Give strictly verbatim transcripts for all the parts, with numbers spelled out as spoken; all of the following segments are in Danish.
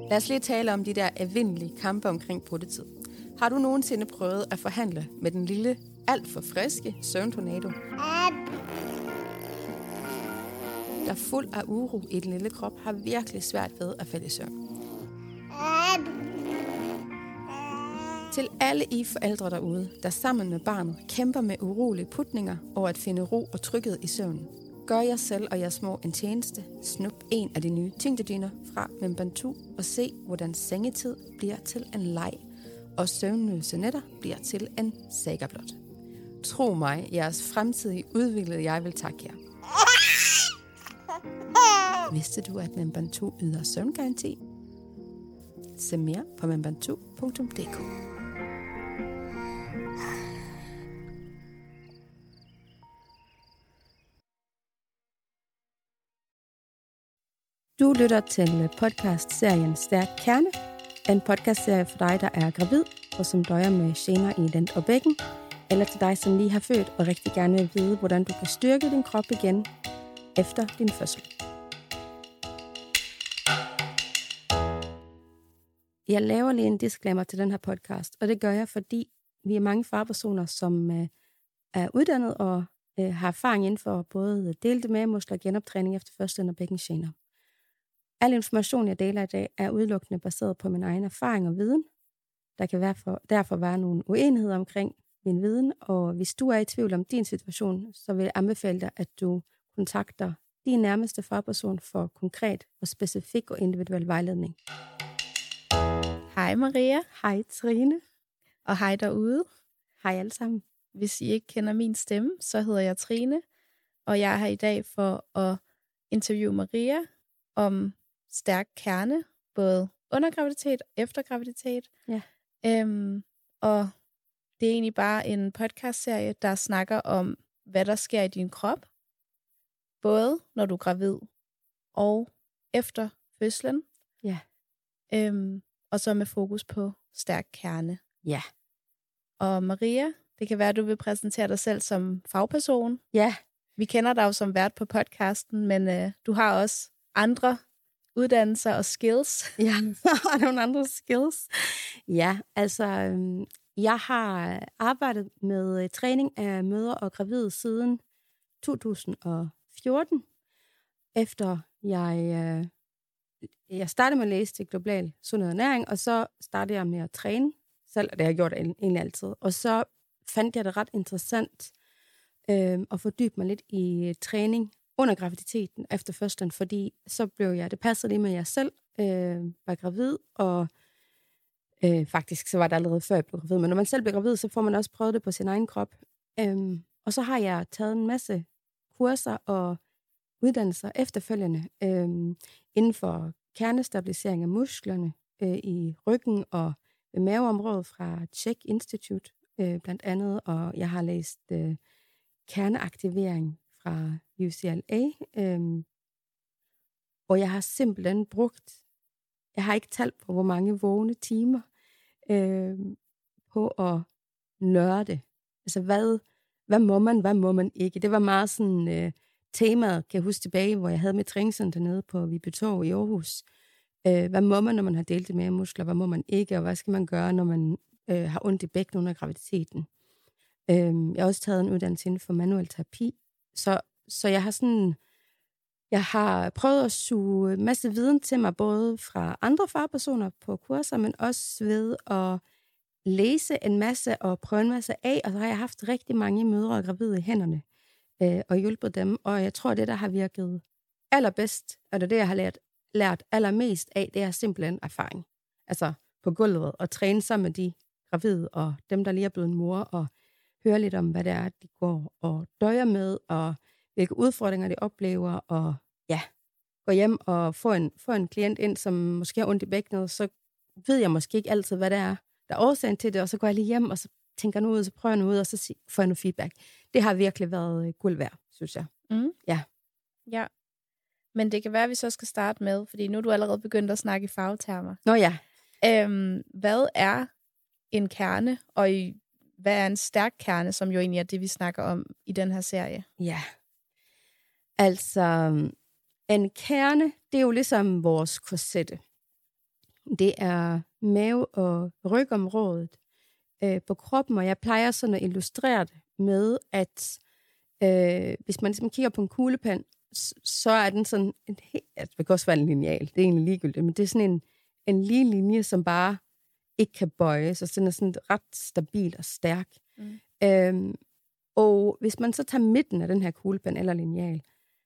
Lad os lige tale om de der evindelige kampe omkring bruttetid. Har du nogensinde prøvet at forhandle med den lille, alt for friske søvntornado, der fuld af uro i den lille krop, har virkelig svært ved at falde i søvn? Til alle I forældre derude, der sammen med barnet kæmper med urolige putninger over at finde ro og tryghed i søvnen, gør jer selv og jeres små en tjeneste. Snup en af de nye tyngdedyner fra Membantu og se, hvordan sengetid bliver til en leg, og søvnløse nætter bliver til en saga blot. Tro mig, jeres fremtidige udviklede jeg vil takke jer. Vidste du, at Membantu yder søvngaranti? Se mere på membantu punktum d k. Du lytter til podcast-serien Stærk Kerne, en podcastserie for dig, der er gravid og som døjer med gener i lænd og bækken, eller til dig, som lige har født og rigtig gerne vil vide, hvordan du kan styrke din krop igen efter din fødsel. Jeg laver lige en disclaimer til den her podcast, og det gør jeg, fordi vi er mange farpersoner, som øh, er uddannet og øh, har erfaring inden for både delte mavemuskler og genoptræning efter fødslen og bækkengener. Al information, jeg deler i dag, er udelukkende baseret på min egen erfaring og viden. Der kan være for, derfor være nogle uenigheder omkring min viden, og hvis du er i tvivl om din situation, så vil jeg anbefale dig, at du kontakter din nærmeste farperson for konkret og specifik og individuel vejledning. Hej Maria. Hej Trine. Og hej derude. Hej alle sammen. Hvis I ikke kender min stemme, så hedder jeg Trine, og jeg er her i dag for at interviewe Maria om stærk kerne, både under graviditet og efter graviditet. Ja. Øhm, og det er egentlig bare en podcastserie, der snakker om, hvad der sker i din krop, både når du er gravid og efter fødslen. Ja. Øhm, og så med fokus på stærk kerne. Ja. Og Maria, det kan være, at du vil præsentere dig selv som fagperson. Ja. Vi kender dig jo som vært på podcasten, men øh, du har også andre uddannelser og skills. Ja, og nogle andre skills. Ja, altså, jeg har arbejdet med træning af mødre og gravide siden to tusind og fjorten. Efter jeg, jeg startede med at læse til global sundhed og næring, og så startede jeg med at træne selv, og det har jeg gjort egentlig altid. Og så fandt jeg det ret interessant øh, at fordybe mig lidt i træning under graviditeten efter fødslen, fordi så blev jeg, det passede lige med, at jeg selv øh, var gravid, og øh, faktisk så var det allerede før jeg blev gravid, men når man selv bliver gravid, så får man også prøvet det på sin egen krop. Øhm, og så har jeg taget en masse kurser og uddannelser efterfølgende øh, inden for kernestabilisering af musklerne øh, i ryggen og ved maveområdet fra Czech Institute øh, blandt andet, og jeg har læst øh, kerneaktivering fra U C L A, øhm, og jeg har simpelthen brugt, jeg har ikke talt på, hvor mange vågne timer øhm, på at nørde. Altså, hvad, hvad må man, hvad må man ikke? Det var meget sådan øh, temaet, kan jeg huske tilbage, hvor jeg havde mit træningscenter nede på Viby Torv i Aarhus. Øh, hvad må man, når man har delt det med muskler? Hvad må man ikke? Og hvad skal man gøre, når man øh, har ondt i bækken under graviditeten? Øh, jeg har også taget en uddannelse inden for manuel terapi. Så, så jeg har sådan, jeg har prøvet at suge en masse viden til mig, både fra andre fagpersoner på kurser, men også ved at læse en masse og prøve en masse af, og så har jeg haft rigtig mange mødre og gravide i hænderne øh, og hjulpet dem, og jeg tror, det, der har virket allerbedst, og det, det jeg har lært, lært allermest af, det er simpelthen erfaring. Altså på gulvet, og træne sammen med de gravide, og dem, der lige er blevet en mor, og høre lidt om, hvad det er, de går og døjer med, og hvilke udfordringer de oplever, og ja, gå hjem og få en, få en klient ind, som måske har ondt i bækkenet, så ved jeg måske ikke altid, hvad det er, der er årsagen til det, og så går jeg lige hjem, og så tænker jeg nu ud, og så prøver jeg noget ud, og så får jeg noget feedback. Det har virkelig været guld værd, synes jeg. Mm. Ja. Ja. Men det kan være, at vi så skal starte med, fordi nu er du allerede begyndt at snakke i fagtermer. Nå ja. Øhm, hvad er en kerne, og i hvad er en stærk kerne, som jo egentlig er det, vi snakker om i den her serie? Ja, altså en kerne, det er jo ligesom vores korsette. det er mave- og rygområdet øh, på kroppen, og jeg plejer sådan at illustrere det med, at øh, hvis man ligesom kigger på en kuglepen, så er den sådan, en helt, altså det kan også være en lineal, det er egentlig ligegyldigt, men det er sådan en, en lige linje, som bare ikke kan bøjes, så den er sådan ret stabil og stærk. Mm. Øhm, og hvis man så tager midten af den her kuglepen eller lineal,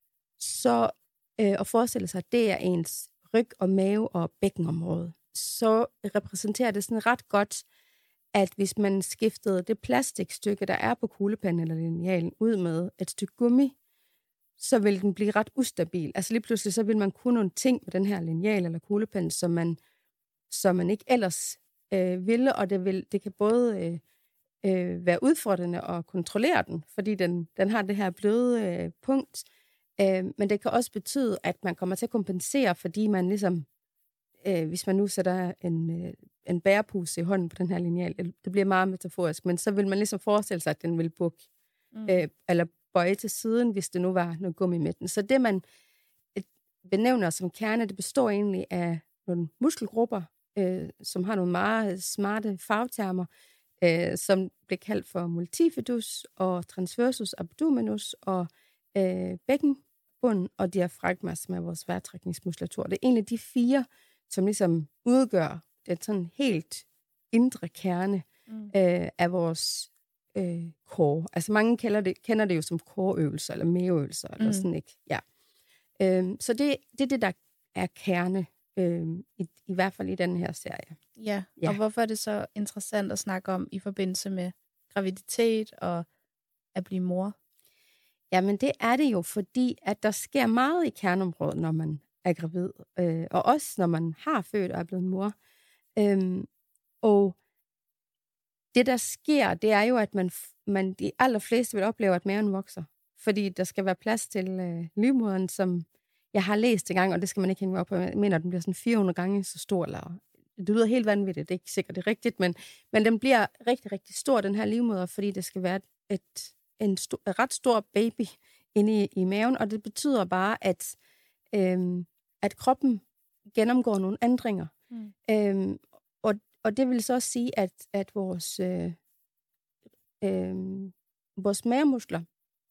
så øh, og forestiller sig, at det er ens ryg og mave og bækkenområde, så repræsenterer det sådan ret godt, at hvis man skiftede det plastikstykke, der er på kuglepennen eller linealen, ud med et stykke gummi, så vil den blive ret ustabil. Altså lige pludselig, så vil man kunne nogle ting med den her lineal eller kuglepen, som man, som man ikke ellers øh, ville, og det, vil, det kan både øh, øh, være udfordrende at kontrollere den, fordi den, den har det her bløde øh, punkt, øh, men det kan også betyde, at man kommer til at kompensere, fordi man ligesom, øh, hvis man nu sætter en, øh, en bærepuse i hånden på den her lineal, det bliver meget metaforisk, men så vil man ligesom forestille sig, at den vil bukke, mm. øh, eller bøje til siden, hvis det nu var noget gummi i midten. Så det, man benævner som kerne, det består egentlig af nogle muskelgrupper, øh, som har nogle meget smarte fagtermer, øh, som bliver kaldt for multifidus og transversus abdominus og øh, bækkenbunden og diafragma, som er vores vejrtrækningsmuskulatur. Det er egentlig de fire, som ligesom udgør den sådan helt indre kerne mm. øh, af vores øh, core. Altså mange kender det, kender det jo som core-øvelser eller maveøvelser, mm. eller sådan, ikke? Ja. Øhm, så det, det er det, der er kerne, øhm, i, i hvert fald i den her serie. Ja, ja, og hvorfor er det så interessant at snakke om i forbindelse med graviditet og at blive mor? Jamen det er det jo, fordi at der sker meget i kerneområdet, når man er gravid, øh, og også når man har født og er blevet mor. Øhm, og det, der sker, det er jo, at man, man de allerfleste vil opleve, at maven vokser. Fordi der skal være plads til øh, livmoderen, som jeg har læst engang, og det skal man ikke hænge mig op på. Jeg mener, at den bliver sådan fire hundrede gange så stor. Eller, det lyder helt vanvittigt, det er ikke sikkert, det er rigtigt, men, men den bliver rigtig, rigtig stor, den her livmoder, fordi det skal være et, en stor, et ret stor baby inde i, i maven, og det betyder bare, at, øhm, at kroppen gennemgår nogle ændringer. Mm. Øhm, og, og det vil så også sige, at, at vores, øh, øh, vores mavemuskler,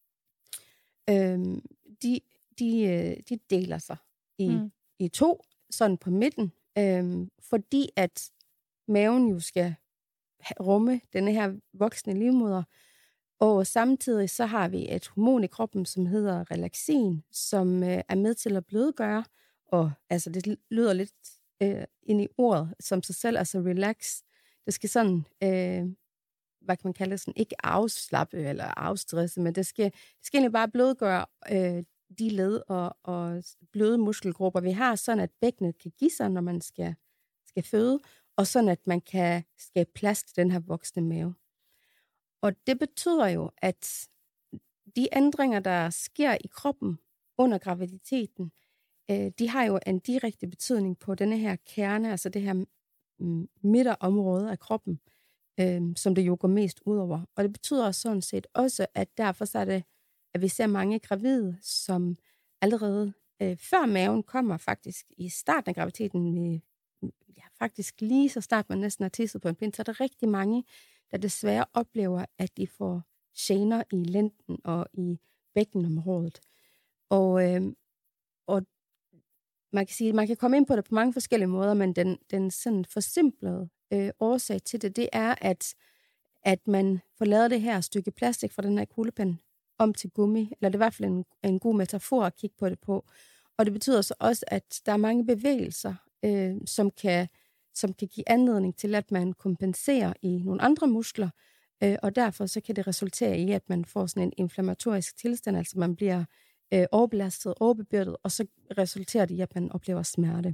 Øhm, de, de, de deler sig i, mm. i to, sådan på midten, øhm, fordi at maven jo skal rumme denne her voksne livmoder, og samtidig så har vi et hormon i kroppen, som hedder relaxin, som øh, er med til at blødgøre, og altså det lyder lidt øh, ind i ordet som sig selv, altså relax. Det skal sådan øh, hvad kan man kalde det, sådan, ikke afslappe eller afstresse, men det skal, det skal egentlig bare blødgøre øh, de led og, og bløde muskelgrupper, vi har, sådan at bækkenet kan give sig, når man skal, skal føde, og sådan at man kan skabe plads til den her voksne mave. Og det betyder jo, at de ændringer, der sker i kroppen under graviditeten, øh, de har jo en direkte betydning på denne her kerne, altså det her midterområde af kroppen, Øh, som det jo går mest ud over. Og det betyder sådan set også, at derfor så er det, at vi ser mange gravide, som allerede øh, før maven kommer, faktisk i starten af graviditeten, med, ja, faktisk lige så snart man næsten har tisset på en pind, så er der rigtig mange, der desværre oplever, at de får gener i lænden og i bækkenområdet. Og, øh, og man kan sige, man kan komme ind på det på mange forskellige måder, men den, den sådan forsimplede øh, årsag til det, det er, at, at man får lavet det her stykke plastik fra den her kuglepen om til gummi, eller det er i hvert fald en, en god metafor at kigge på det på. Og det betyder så også, at der er mange bevægelser, øh, som, kan, som kan give anledning til, at man kompenserer i nogle andre muskler, øh, og derfor så kan det resultere i, at man får sådan en inflammatorisk tilstand, altså man bliver øh, overbelastet, overbebyrdet, og så resulterer det i, at man oplever smerte.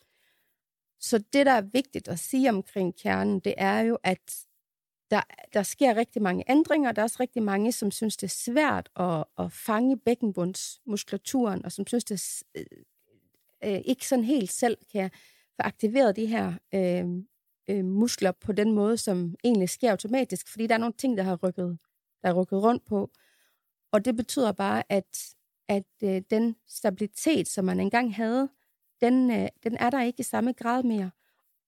Så det, der er vigtigt at sige omkring kernen, det er jo, at der, der sker rigtig mange ændringer. Der er også rigtig mange, som synes, det er svært at, at fange bækkenbundsmuskulaturen, og som synes, det er, øh, ikke sådan helt selv kan få aktiveret de her øh, øh, muskler på den måde, som egentlig sker automatisk, fordi der er nogle ting, der har rykket, der er rykket rundt på. Og det betyder bare, at, at øh, den stabilitet, som man engang havde, Den, den er der ikke i samme grad mere.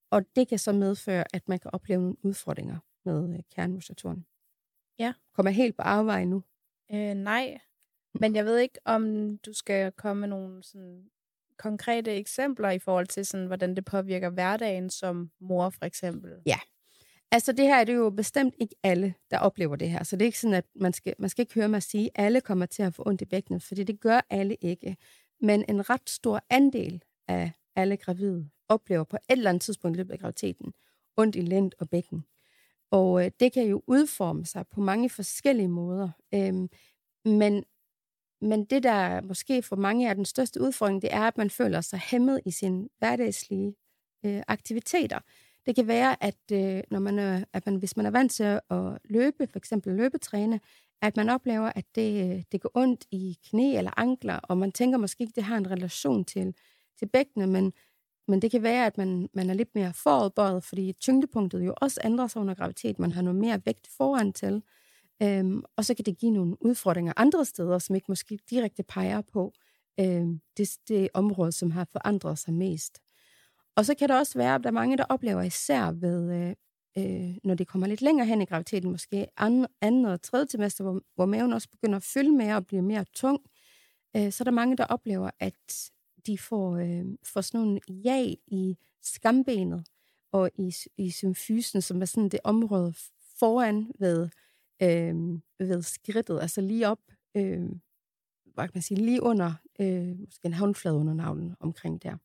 og det kan så medføre, at man kan opleve nogle udfordringer med øh, kernemuskulaturen. Ja. Kommer jeg helt på afvej nu? Øh, nej, men jeg ved ikke, om du skal komme med nogle sådan konkrete eksempler i forhold til, sådan, hvordan det påvirker hverdagen som mor, for eksempel. Ja. Altså det her er det jo bestemt ikke alle, der oplever det her. Så det er ikke sådan, at man skal, man skal ikke høre mig sige, at alle kommer til at få ondt i bækkenet, fordi det gør alle ikke. Men en ret stor andel af alle gravide oplever på et eller andet tidspunkt i løbet af graviditeten ondt i lænd og bækken. Og øh, det kan jo udforme sig på mange forskellige måder. Øhm, men, men det, der måske for mange er den største udfordring, det er, at man føler sig hæmmet i sine hverdagslige øh, aktiviteter. Det kan være, at, øh, når man er, at man, hvis man er vant til at løbe, for eksempel løbetræne, at man oplever, at det, det går ondt i knæ eller ankler, og man tænker måske ikke, det har en relation til, til bækkenet, men, men det kan være, at man, man er lidt mere foradbøjet, fordi tyngdepunktet jo også ændrer sig under graviditet. Man har noget mere vægt foran til, øhm, og så kan det give nogle udfordringer andre steder, som ikke måske direkte peger på øhm, det, det område, som har forandret sig mest. Og så kan det også være, at der er mange, der oplever især ved, øh, øh, når det kommer lidt længere hen i graviditeten, måske anden, anden og tredje trimester, hvor, hvor maven også begynder at fylde mere og blive mere tung, øh, så er der mange, der oplever, at de får, øh, får sådan nogle jag i skambenet og i, i symfysen, som er sådan det område foran ved, øh, ved skridtet, altså lige op, øh, hvad kan man sige, lige under, øh, måske en håndflade under navlen omkring der.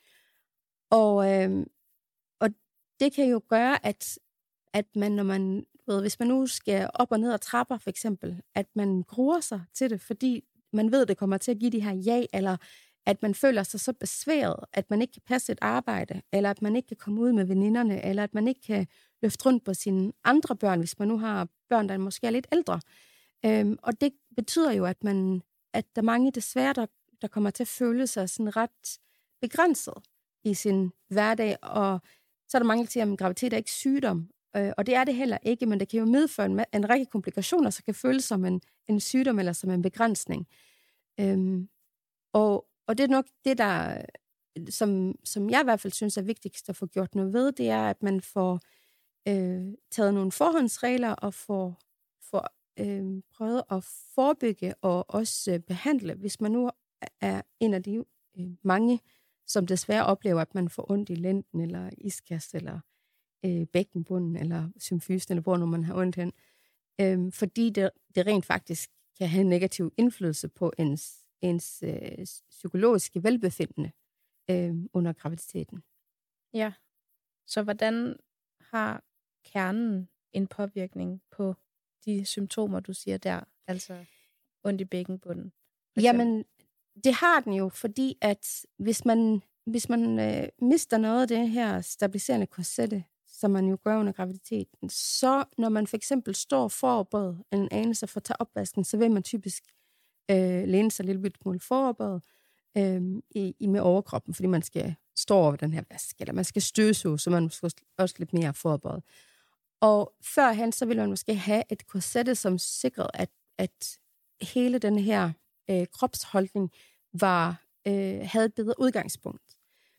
Og, øh, og det kan jo gøre, at, at man, når man, ved, hvis man nu skal op og ned ad trapper for eksempel, at man gruer sig til det, fordi man ved, det kommer til at give de her ja, eller at man føler sig så besværet, at man ikke kan passe et arbejde, eller at man ikke kan komme ud med veninderne, eller at man ikke kan løfte rundt på sine andre børn, hvis man nu har børn, der måske er lidt ældre. Øhm, og det betyder jo, at, man, at der er mange desværre, der, der kommer til at føle sig sådan ret begrænset i sin hverdag, og så er der mange, der siger, at graviditet er ikke sygdom, øh, og det er det heller ikke, men det kan jo medføre en, en række komplikationer, så kan føles som en, en sygdom eller som en begrænsning. Øhm, og, og det er nok det, der, som, som jeg i hvert fald synes er vigtigst at få gjort noget ved, det er, at man får øh, taget nogle forhåndsregler og får, får øh, prøvet at forebygge og også øh, behandle, hvis man nu er en af de øh, mange, som desværre oplever, at man får ondt i lænden, eller iskast, eller øh, bækkenbunden, eller symfysen, eller hvor nu man har ondt hen. Øhm, fordi det, det rent faktisk kan have en negativ indflydelse på ens, ens øh, psykologiske velbefindende øh, under graviditeten. Ja, så hvordan har kernen en påvirkning på de symptomer, du siger der, altså ondt i bækkenbunden? Jamen, det har den jo, fordi at hvis man, hvis man øh, mister noget af det her stabiliserende korsette, som man jo gør under graviditeten, så når man for eksempel står forberedt en anelse for at tage opvasken, så vil man typisk øh, læne sig lidt smule forberedt øh, i, i med overkroppen, fordi man skal stå over den her vask, eller man skal støvsuge, så man måske også lidt mere forberedt. Og førhen, så ville man måske have et korsette, som sikrede, at, at hele den her øh, kropsholdning var, øh, havde et bedre udgangspunkt.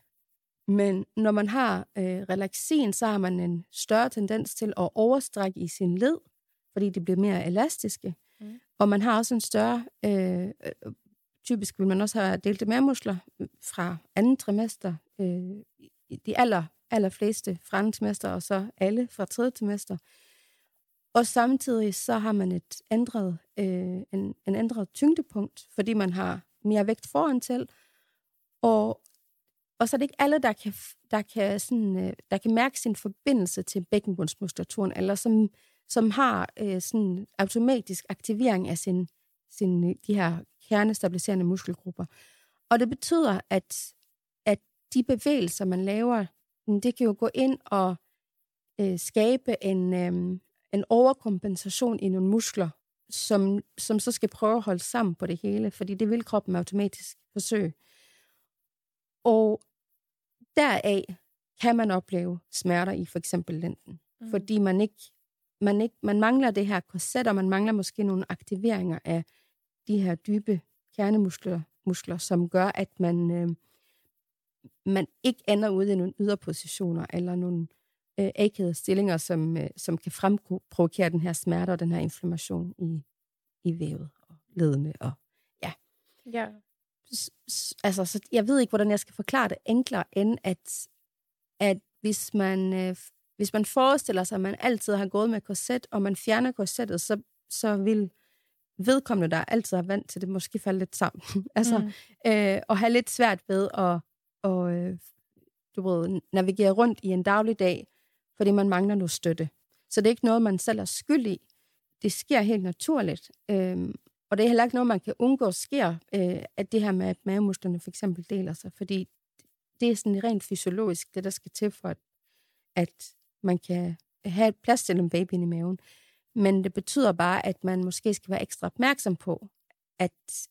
Men når man har øh, relaxin, så har man en større tendens til at overstrække i sin led, fordi de bliver mere elastiske. Mm. Og man har også en større, øh, typisk vil man også have delte mavemuskler fra anden trimester, øh, de aller, aller fleste fra anden trimester, og så alle fra tredje trimester. Og samtidig så har man et ændret, øh, en, en ændret tyngdepunkt, fordi man har mere vægt foran til, og Og så er det ikke alle, der kan, der kan, sådan, der kan mærke sin forbindelse til bækkenbundsmuskulaturen, eller som, som har øh, sådan automatisk aktivering af sin, sin, de her kernestabiliserende muskelgrupper. Og det betyder, at, at de bevægelser, man laver, det kan jo gå ind og øh, skabe en, øh, en overkompensation i nogle muskler, som, som så skal prøve at holde sammen på det hele, fordi det vil kroppen automatisk forsøge. Og deraf kan man opleve smerter i for eksempel lænden, mm. fordi man ikke, man ikke, man mangler det her korset, og man mangler måske nogle aktiveringer af de her dybe kernemuskler, muskler, som gør, at man, øh, man ikke ender ude i nogle yderpositioner, eller nogle øh, akede stillinger, som, øh, som kan fremprovokere den her smerte og den her inflammation i, i vævet og ledene. Og, ja. Ja. S- s- altså, så jeg ved ikke, hvordan jeg skal forklare det enklere, end at, at hvis man... Øh, Hvis man forestiller sig, at man altid har gået med korset, og man fjerner korsettet, så, så vil vedkommende, der altid er vant til det, måske falde lidt sammen. altså, mm. øh, og have lidt svært ved at og, øh, du ved, navigere rundt i en dagligdag, fordi man mangler noget støtte. Så det er ikke noget, man selv er skyld i. Det sker helt naturligt. Øh, og det er heller ikke noget, man kan undgå sker, øh, at det her med, at mavemusklerne for eksempel deler sig, fordi det er sådan rent fysiologisk, det der skal til for, at, at man kan have et plads til en baby i maven. Men det betyder bare, at man måske skal være ekstra opmærksom på, at,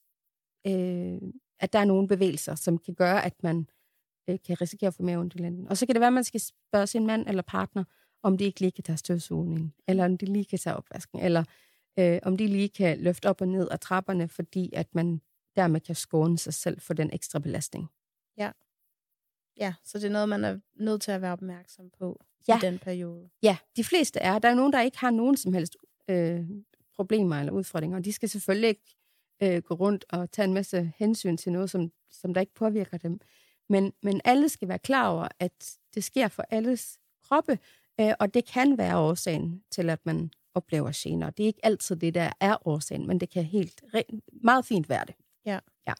øh, at der er nogle bevægelser, som kan gøre, at man øh, kan risikere at få maveondt. Og så kan det være, at man skal spørge sin mand eller partner, om de ikke lige kan tage støvsugningen, eller om de lige kan tage opvasken, eller øh, om de lige kan løfte op og ned af trapperne, fordi at man dermed kan skåne sig selv for den ekstra belastning. Ja. Ja, så det er noget, man er nødt til at være opmærksom på ja. i den periode. Ja, de fleste er. Der er nogen, der ikke har nogen som helst øh, problemer eller udfordringer, og de skal selvfølgelig ikke øh, gå rundt og tage en masse hensyn til noget, som, som der ikke påvirker dem. Men, men alle skal være klar over, at det sker for alles kroppe, øh, og det kan være årsagen til, at man oplever gener. Det er ikke altid det, der er årsagen, men det kan helt meget fint være det. Ja. Ja.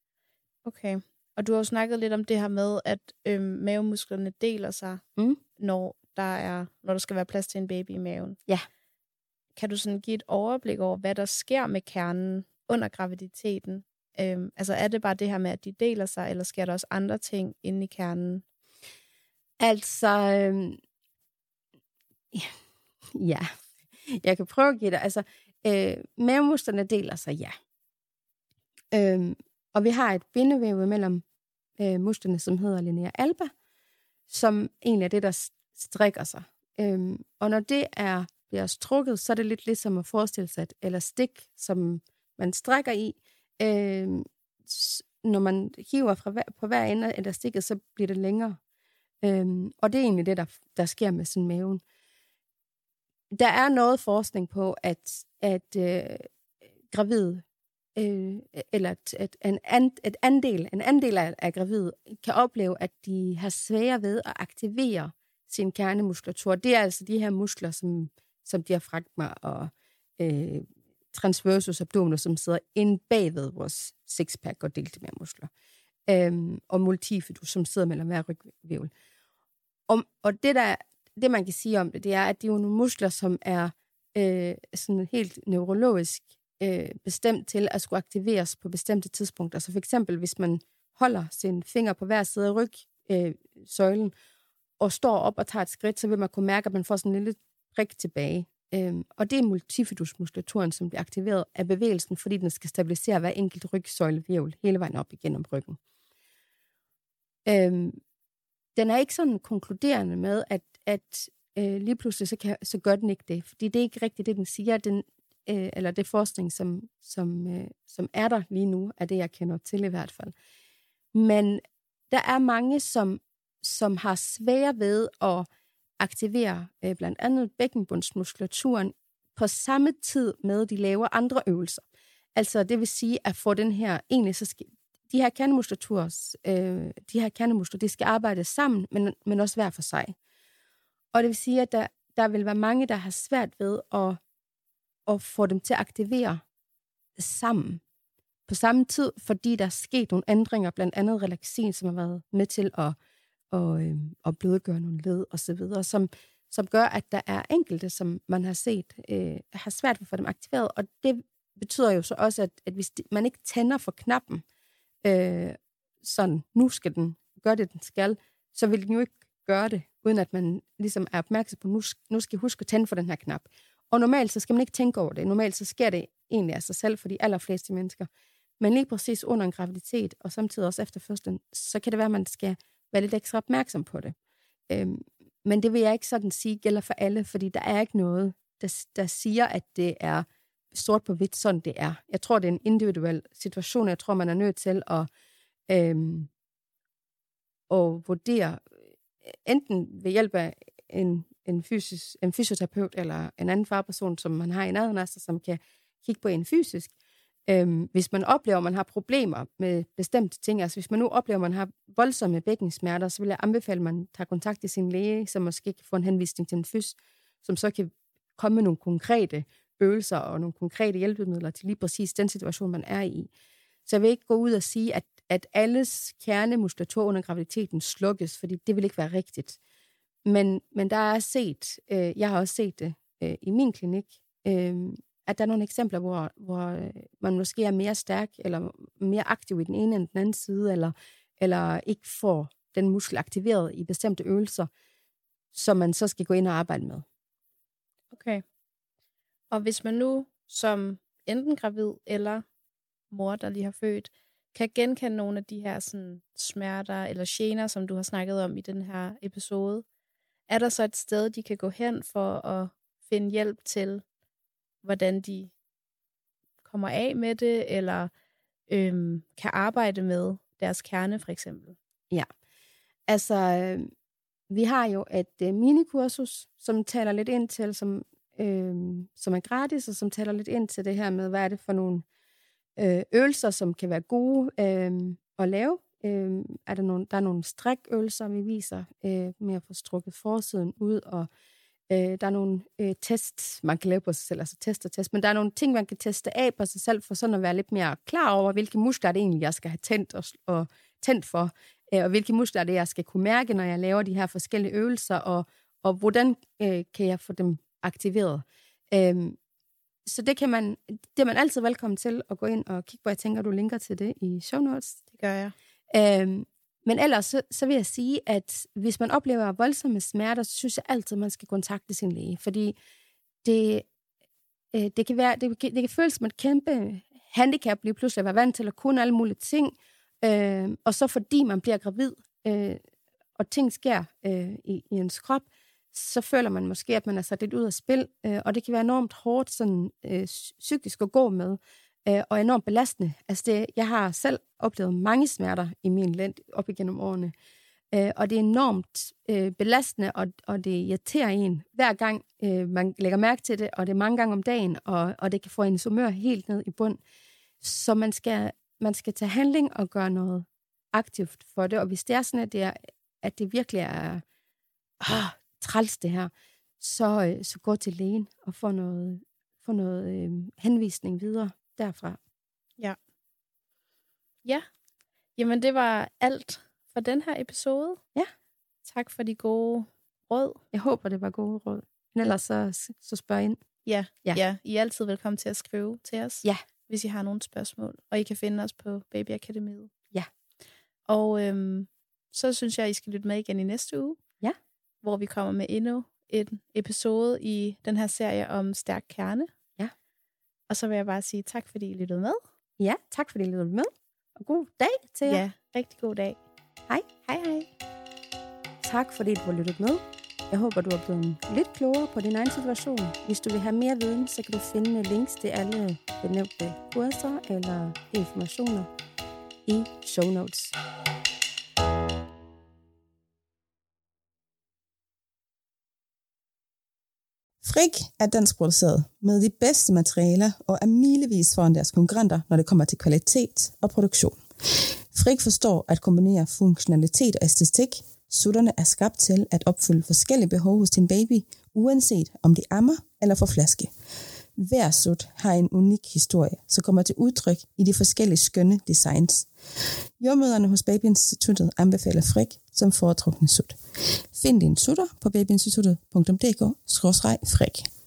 Okay. Og du har jo snakket lidt om det her med, at øhm, mavemusklerne deler sig, mm. når, der er, når der skal være plads til en baby i maven. Ja. Kan du sådan give et overblik over, hvad der sker med kernen under graviditeten? Øhm, altså er det bare det her med, at de deler sig, eller sker der også andre ting inde i kernen? Altså, øhm, ja, jeg kan prøve at give dig. Altså, øh, mavemusklerne deler sig, ja. Øhm, Og vi har et bindevæv mellem øh, musklerne, som hedder linea alba, som egentlig er det, der strikker sig. Øhm, og når det er bliver strukket, så er det lidt ligesom at forestille sig et elastik, som man strækker i. Øhm, når man hiver fra hver, på hver ende af elastikket, så bliver det længere. Øhm, og det er egentlig det, der, der sker med sådan maven. Der er noget forskning på, at, at øh, gravide Øh, eller at, at en, and, et andel, en andel af, af gravide kan opleve, at de har svære ved at aktivere sin kernemuskulatur. Det er altså de her muskler, som, som diafragma og øh, transversus abdominus, som sidder inde bagved vores sixpack og deltomermuskler. Øh, og multifidus, som sidder mellem hver rygvævel. Og, og det, der, det, man kan sige om det, det er, at det er nogle muskler, som er øh, sådan helt neurologisk bestemt til at skulle aktiveres på bestemte tidspunkter. Så for eksempel, hvis man holder sin finger på hver side af rygsøjlen øh, og står op og tager et skridt, så vil man kunne mærke, at man får sådan en lille prik tilbage. Øhm, og det er multifidusmuskulaturen, som bliver aktiveret af bevægelsen, fordi den skal stabilisere hver enkelt rygsøjlehvirvel hele vejen op igennem ryggen. Øhm, den er ikke sådan konkluderende med, at, at øh, lige pludselig så, kan, så gør den ikke det, fordi det er ikke rigtigt det, den siger. Den Øh, eller det forskning, som, som, øh, som er der lige nu, er det, jeg kender til i hvert fald. Men der er mange, som, som har svære ved at aktivere øh, blandt andet bækkenbundsmuskulaturen på samme tid med, de laver andre øvelser. Altså det vil sige, at få den her, egentlig så skal, de her kernemuskulaturer, øh, de her kernemuskler, de skal arbejde sammen, men, men også hver for sig. Og det vil sige, at der, der vil være mange, der har svært ved at og få dem til at aktivere sammen på samme tid, fordi der er sket nogle ændringer, blandt andet relaxin, som har været med til at, at, øh, at blødgøre nogle led og så videre, som, som gør, at der er enkelte, som man har set, øh, har svært ved at få dem aktiveret, og det betyder jo så også, at, at hvis man ikke tænder for knappen, øh, sådan, nu skal den gøre det, den skal, så vil den jo ikke gøre det, uden at man ligesom er opmærksom på, nu, nu skal jeg huske at tænde for den her knap. Og normalt så skal man ikke tænke over det. Normalt så sker det egentlig af sig selv for de allerfleste mennesker. Men lige præcis under en graviditet, og samtidig også efter fødslen, så kan det være, at man skal være lidt ekstra opmærksom på det. Øhm, men det vil jeg ikke sådan sige gælder for alle, fordi der er ikke noget, der, der siger, at det er sort på hvidt, sådan det er. Jeg tror, det er en individuel situation. Jeg tror, man er nødt til at, øhm, at vurdere, enten ved hjælp af en, en, fysisk, en fysioterapeut eller en anden fagperson, som man har i nærheden af sig, som kan kigge på en fysisk. Øhm, hvis man oplever, at man har problemer med bestemte ting, altså hvis man nu oplever, at man har voldsomme bækkensmerter, så vil jeg anbefale, at man tager kontakt til sin læge, som måske kan få en henvisning til en fys, som så kan komme med nogle konkrete øvelser og nogle konkrete hjælpemidler til lige præcis den situation, man er i. Så jeg vil ikke gå ud og sige, at, at alles kernemuskulatur under graviditeten slukkes, fordi det vil ikke være rigtigt. Men, men der er set, øh, jeg har også set det øh, i min klinik, øh, at der er nogle eksempler, hvor, hvor man måske er mere stærk, eller mere aktiv i den ene end den anden side, eller, eller ikke får den muskel aktiveret i bestemte øvelser, som man så skal gå ind og arbejde med. Okay. Og hvis man nu som enten gravid eller mor, der lige har født, kan genkende nogle af de her sådan, smerter eller gener, som du har snakket om i den her episode, er der så et sted, de kan gå hen for at finde hjælp til, hvordan de kommer af med det, eller øhm, kan arbejde med deres kerne, for eksempel? Ja, altså, øh, vi har jo et øh, minikursus, som taler lidt ind til, som, øh, som er gratis, og som taler lidt ind til det her med, hvad er det for nogle øh, øvelser, som kan være gode øh, at lave. Øh, er der, nogle, der er nogle strikøvelser, vi viser, øh, med at få strukket forsiden ud, og øh, der er nogle øh, tests, man kan lave på sig selv, altså test og test, men der er nogle ting, man kan teste af på sig selv, for sådan at være lidt mere klar over, hvilke muskler det egentlig, jeg skal have tændt og, og tændt for, øh, og hvilke muskler det, jeg skal kunne mærke, når jeg laver de her forskellige øvelser, og, og hvordan øh, kan jeg få dem aktiveret. Øh, så det kan man, det er man altid velkommen til at gå ind og kigge på. Jeg tænker, du linker til det i show notes. Det gør jeg. Øhm, men ellers så, så vil jeg sige, at hvis man oplever voldsomme smerter, så synes jeg altid, man skal kontakte sin læge. Fordi det, øh, det, kan, være, det, det kan føles som et kæmpe handicap lige pludselig at være vant til at kunne alle mulige ting. Øh, og så fordi man bliver gravid, øh, og ting sker øh, i, i ens krop, så føler man måske, at man er sat lidt ud af spil. Øh, og det kan være enormt hårdt sådan, øh, psykisk at gå med. Og enormt belastende. Altså det, jeg har selv oplevet mange smerter i min lænd op igennem årene. Øh, og det er enormt øh, belastende, og, og det irriterer en hver gang, øh, man lægger mærke til det, og det er mange gange om dagen, og, og det kan få ens humør helt ned i bund. Så man skal, man skal tage handling og gøre noget aktivt for det. Og hvis det er sådan, at det, er, at det virkelig er åh, træls det her, så, så gå til lægen og få noget, få noget øh, henvisning videre derfra. Ja. Ja. Jamen, det var alt for den her episode. Ja. Tak for de gode råd. Jeg håber, det var gode råd. Men ellers så, så spørg ind. Ja. Ja. ja. I er altid velkommen til at skrive til os, ja. hvis I har nogle spørgsmål. Og I kan finde os på Baby Akademiet. Ja. Og øhm, så synes jeg, I skal lytte med igen i næste uge. Ja. Hvor vi kommer med endnu en episode i den her serie om stærk kerne. Og så vil jeg bare sige tak, fordi I lyttede med. Ja, tak fordi I lyttede med. Og god dag til jer. Ja, rigtig god dag. Hej. Hej, hej. Tak fordi du har lyttet med. Jeg håber, du er blevet lidt klogere på din egen situation. Hvis du vil have mere viden, så kan du finde links til alle benævnte kurser eller informationer i show notes. Frig er dansk produceret med de bedste materialer og er milevis foran deres konkurrenter, når det kommer til kvalitet og produktion. Frig forstår at kombinere funktionalitet og æstetik. Sutterne er skabt til at opfylde forskellige behov hos din baby, uanset om de ammer eller får flaske. Hver sut har en unik historie, som kommer til udtryk i de forskellige skønne designs. Jordmøderne hos Babyinstituttet anbefaler Frig som foretrukne sut. Find din sutter på babyinstituttet punktum d k skråstreg frig.